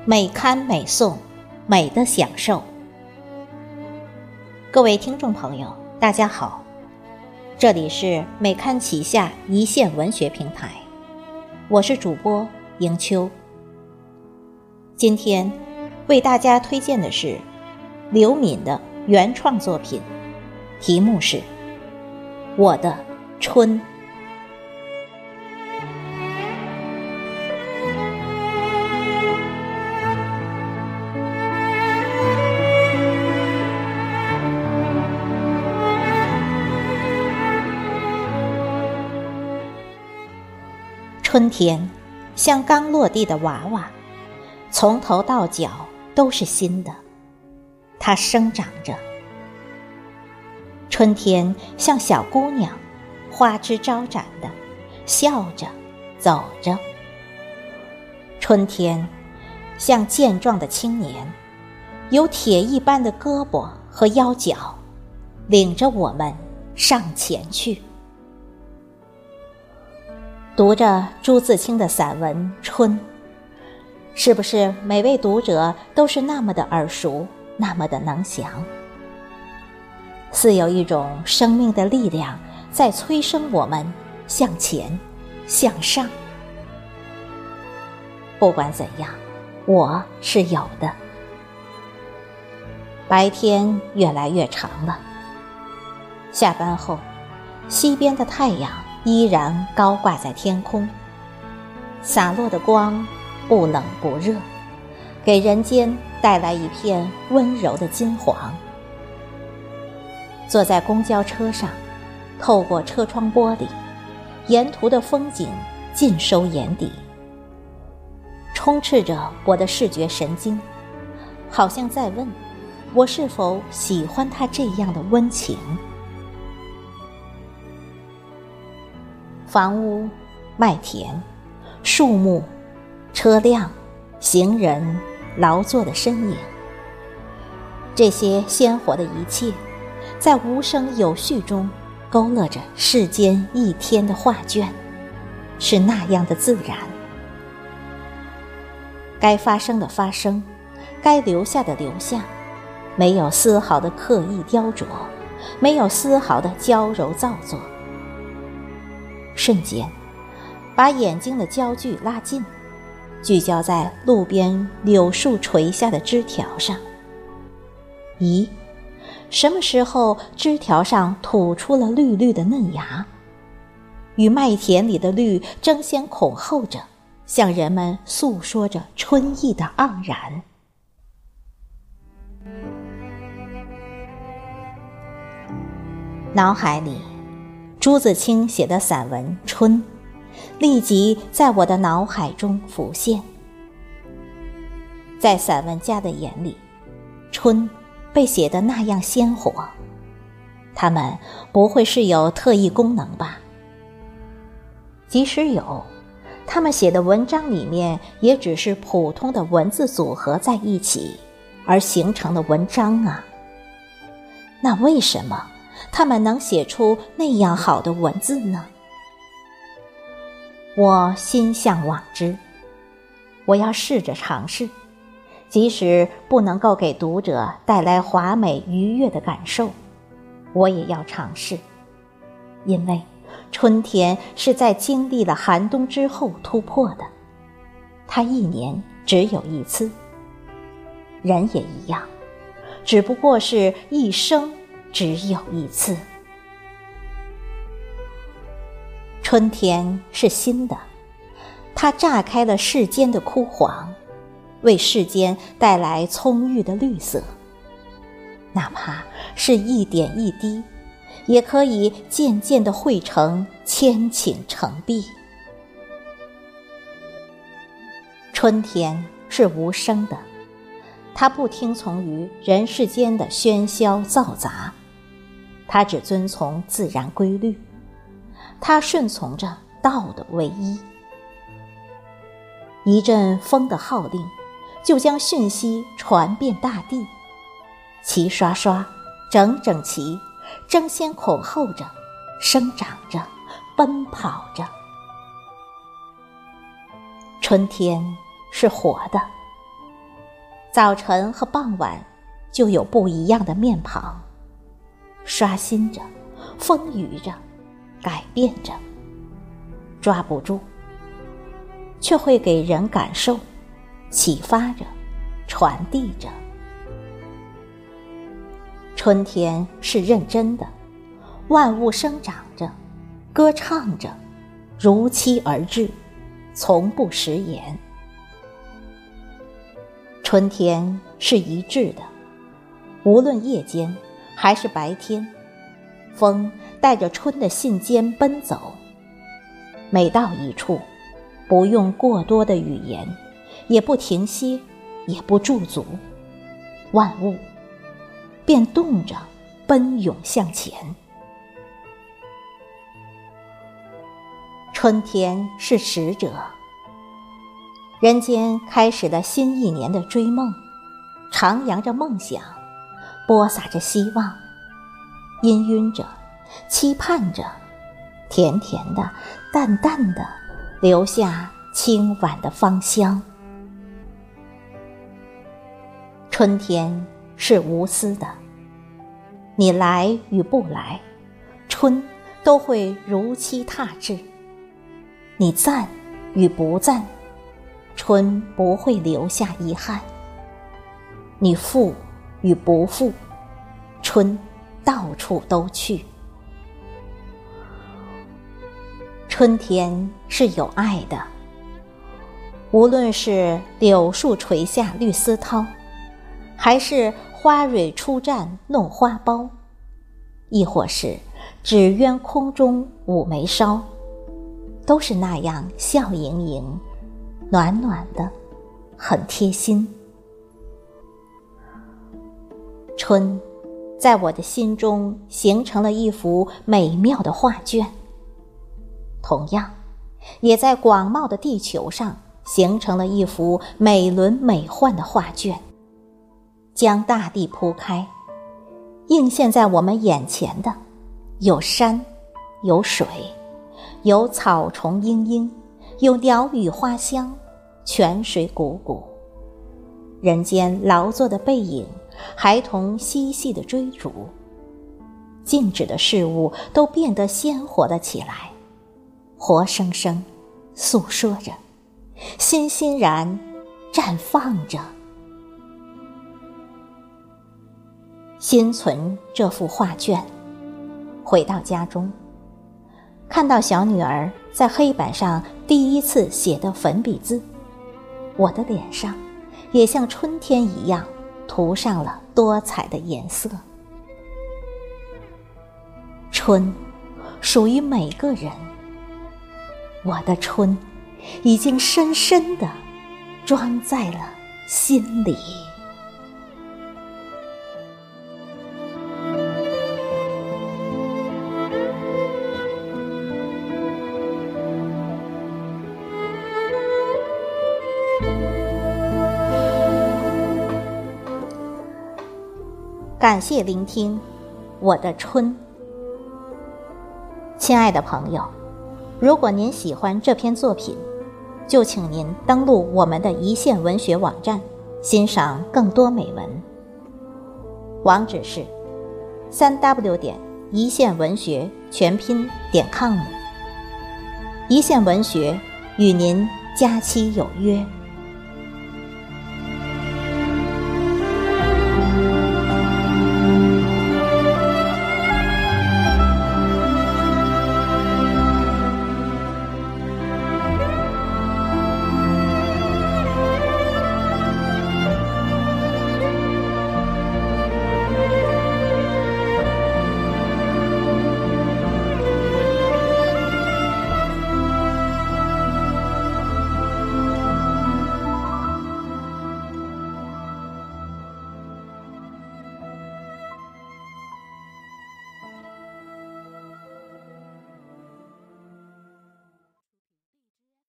美刊美颂，美的享受。各位听众朋友，大家好，这里是美刊旗下一线文学平台，我是主播迎秋。今天为大家推荐的是刘敏的原创作品，题目是《我的春》。春天像刚落地的娃娃，从头到脚都是新的，它生长着。春天像小姑娘，花枝招展的，笑着走着。春天像健壮的青年，有铁一般的胳膊和腰脚，领着我们上前去。读着朱自清的散文《春》，是不是每位读者都是那么的耳熟，那么的能详？似有一种生命的力量在催生我们向前向上。不管怎样，我是有的。白天越来越长了，下班后，西边的太阳依然高挂在天空，洒落的光不冷不热，给人间带来一片温柔的金黄。坐在公交车上，透过车窗玻璃，沿途的风景尽收眼底，充斥着我的视觉神经，好像在问我是否喜欢它这样的温情。房屋、麦田、树木、车辆、行人、劳作的身影，这些鲜活的一切，在无声有序中勾勒着世间一天的画卷，是那样的自然。该发生的发生，该留下的留下，没有丝毫的刻意雕琢，没有丝毫的娇柔造作。瞬间把眼睛的焦距拉近，聚焦在路边柳树垂下的枝条上。咦，什么时候枝条上吐出了绿绿的嫩芽，与麦田里的绿争先恐后着，向人们诉说着春意的盎然。脑海里朱自清写的散文《春》立即在我的脑海中浮现。在散文家的眼里，春被写得那样鲜活，他们不会是有特异功能吧？即使有，他们写的文章里面也只是普通的文字组合在一起而形成的文章啊。那为什么他们能写出那样好的文字呢？我心向往之，我要试着尝试，即使不能够给读者带来华美愉悦的感受，我也要尝试。因为春天是在经历了寒冬之后突破的，它一年只有一次。人也一样，只不过是一生只有一次。春天是新的，它炸开了世间的枯黄，为世间带来葱郁的绿色，哪怕是一点一滴，也可以渐渐地汇成千顷成碧。春天是无声的，它不听从于人世间的喧嚣嘈杂，它只遵从自然规律，它顺从着道的唯一。一阵风的号令，就将讯息传遍大地，齐刷刷，整整齐，争先恐后着，生长着，奔跑着。春天是活的， 早晨和傍晚就有不一样的面庞，刷新着，丰腴着，改变着，抓不住，却会给人感受，启发着，传递着。春天是认真的，万物生长着，歌唱着，如期而至，从不食言。春天是一致的，无论夜间还是白天，风带着春的信笺奔走，每到一处，不用过多的语言，也不停歇，也不驻足，万物便动着奔涌向前。春天是使者，人间开始了新一年的追梦，徜徉着梦想，播撒着希望，氤氲着，期盼着，甜甜的，淡淡的，留下清婉的芳香。春天是无私的，你来与不来，春都会如期踏至；你赞与不赞，春不会留下遗憾；你负与不负，春到处都去。春天是有爱的，无论是柳树垂下绿丝绦，还是花蕊初绽弄花苞，亦或是纸鸢空中舞眉梢，都是那样笑盈盈，暖暖的，很贴心。春在我的心中形成了一幅美妙的画卷，同样也在广袤的地球上形成了一幅美轮美奂的画卷，将大地铺开，映现在我们眼前的有山，有水，有草虫莺莺，有鸟语花香，泉水汩汩，人间劳作的背影，孩童嬉戏的追逐，静止的事物都变得鲜活了起来，活生生诉说着，欣欣然绽放着。心存这幅画卷，回到家中，看到小女儿在黑板上第一次写的粉笔字，我的脸上也像春天一样涂上了多彩的颜色。春属于每个人，我的春已经深深地装在了心里。感谢聆听我的春。亲爱的朋友，如果您喜欢这篇作品，就请您登录我们的一线文学网站，欣赏更多美文。网址是3w 一线文学全拼.com。一线文学与您假期有约。